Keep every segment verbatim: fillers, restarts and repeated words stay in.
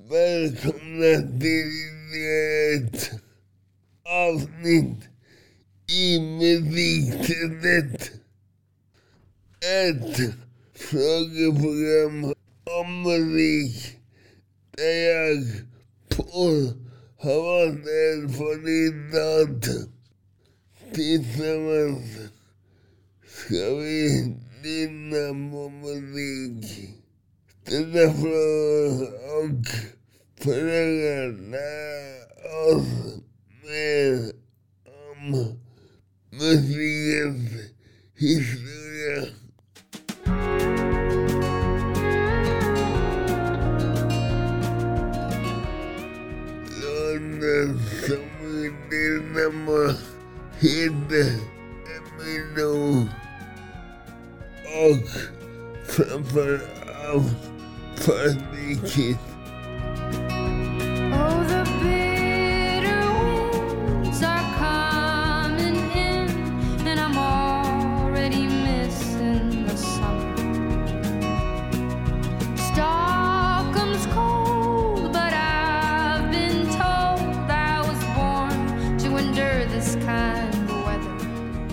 Välkomna till ett avsnitt i Musikträdet. Ett frågeprogram om musik där jag på har varit erfarenhet. Tillsammans ska vi lyssna på musik, ställa frågor och försöka lära oss mer om musikens historia. Låten som vi lyssnar på heter Emilio och framför allt Panikit. Oh, the bitter winds are coming in, and I'm already missing the summer. Stockholm's cold, but I've been told I was born to endure this kind of weather.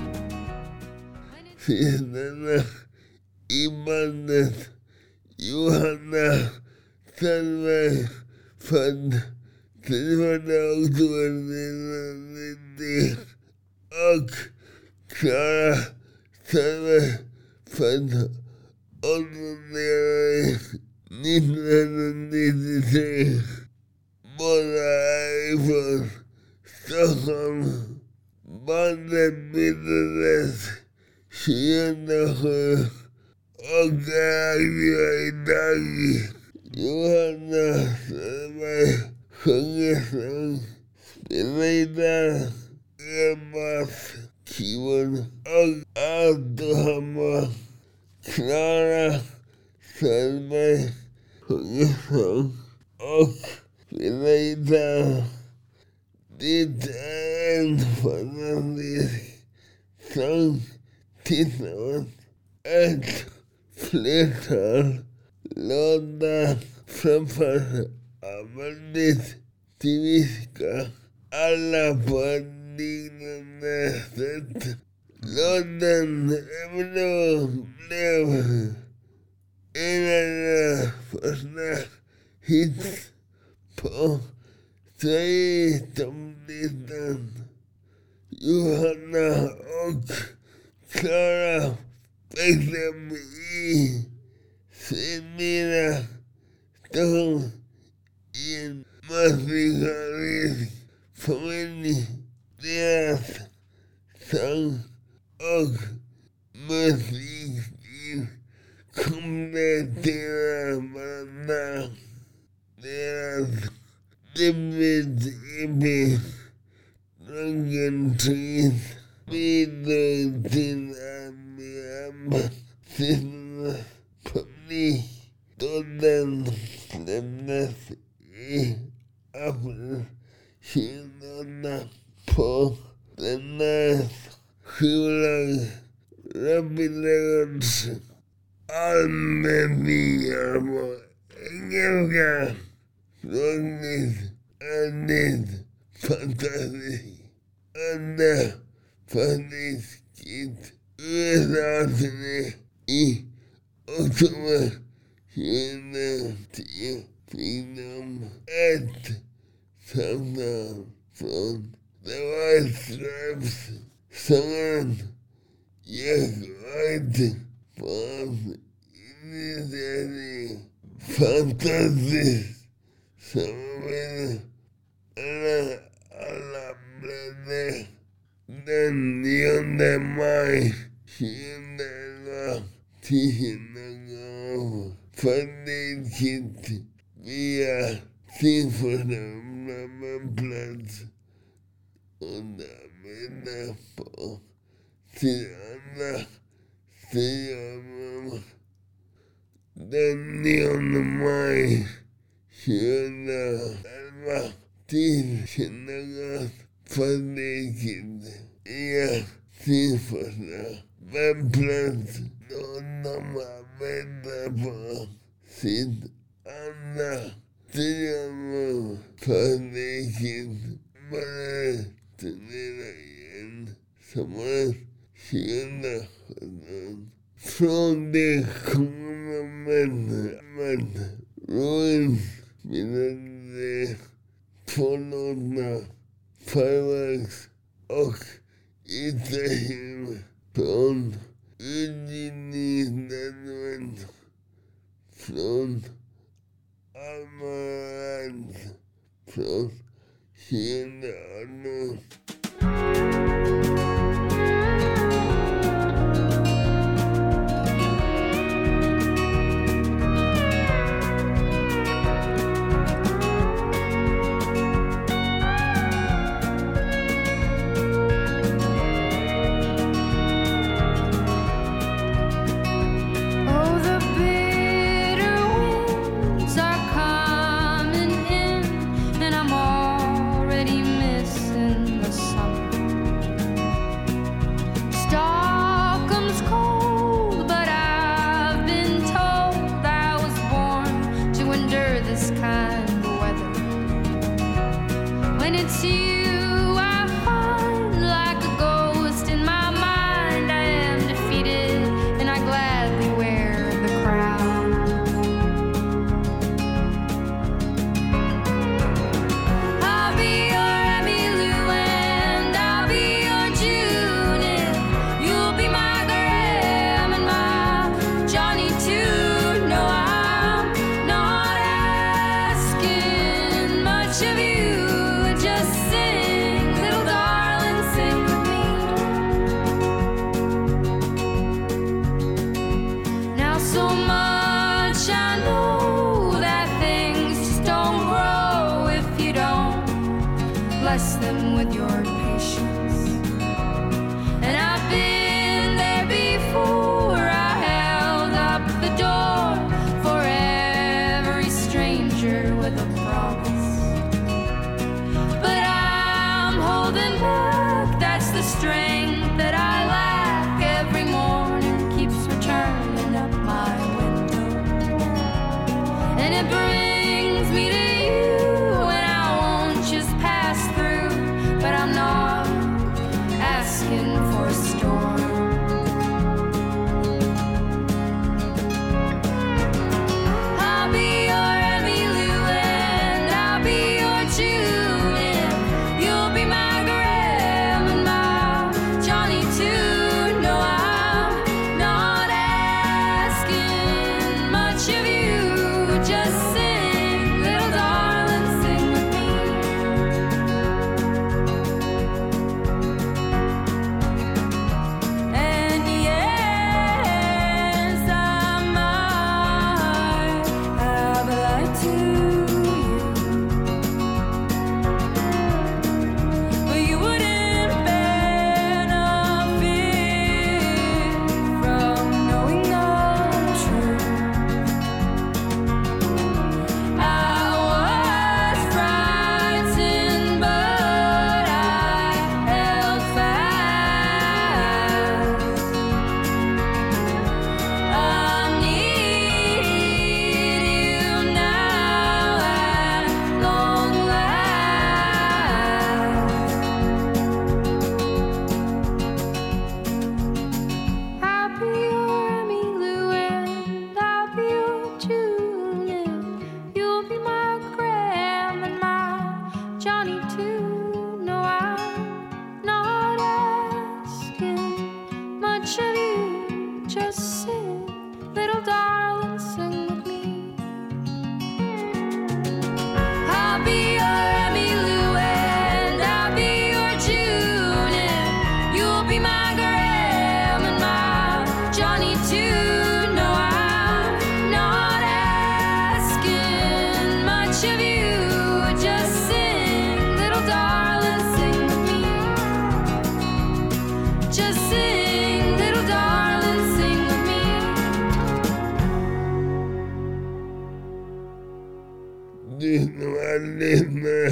Finnarna i bandet Johanna Sandberg född trettioförsta oktober nittonhundranittio och Klara Sandberg född åttonde januari nittonhundranittiotre. Båda är från Stockholm. Bandet bildades tjugohundrasju och är aktiva idag. Johanna Sandberg sjunger sång, spelar gitarr, bas, keyboard och altohammar. Klara Sandberg sjunger sång och spelar gitarr. Det är en fantastisk sång tillsammans. Ett flertal låtar framförs användes till viska, alla på ett liknande sätt. Låten Emilio blev en av de första hits på Sverigetomlistan. Johanna och Klara växte i Smedja, Stockholm i en musikalisk familj. Deras sång och musikstil kompletterar varandra. Deras debut-E P Drunken Trees bidrog till att bearbeta publik då den släpptes i april tjugohundraåtta på denna skivbolag Rapid Records. Anmälningar på engelska språket är det fantastiskt. Andra fantastiskt U S A-turné i oktober tjugohundratio fick de ett samtal från The White Stripes. Sångaren Jack White på hans initiativ. Fantastiskt samarbete mellan alla bläddar. Den nionde maj tjugohundraelva tillkännagav Panikit via sin första plats och därmed på sin andra studioalbum. Den nionde maj tjugohundraelva tillkännagav Panikit via sin första webbplats då de arbetar på sitt andra drömma fabriken bara turnera igen sommaren tjugohundrasjutton. Från det kommer man, man Rowan spelade två låtar, Fireworks och Ibrahim från utgivningsalbumet från Amaranth från tjugohundraarton. Lena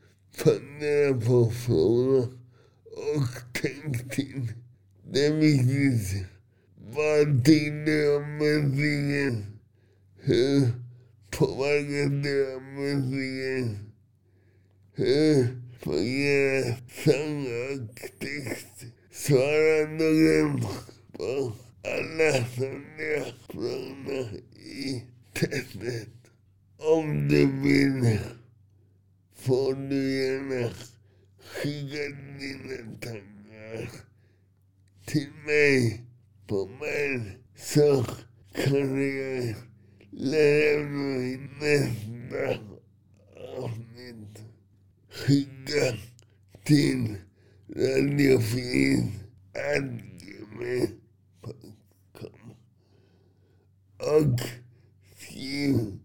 funderar på frågor och tänk till. Det är viktigt. Vad tycker du om musiken? Hur påverkat deras musiken. Hur fungerar sång och text? Svara någon på alla sådana frågor i testet. Om du vill får du gärna skicka dina tankar till mig på mail, så kan jag lära mig nästa avsnitt. Skicka till radiofil at gmail punkt com och skriv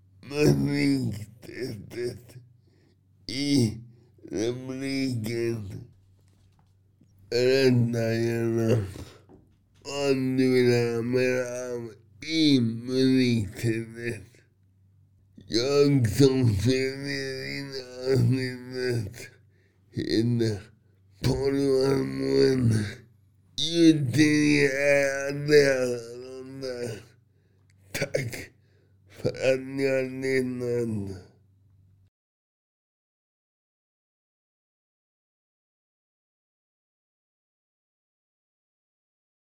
musiktestet i rubriken. Rätta gärna om du vill ha mer av i musiktestet. Jag som följer in avsnittet heter Paul Warmon. Ljudtid är där. Tack för att ni har lyssnat.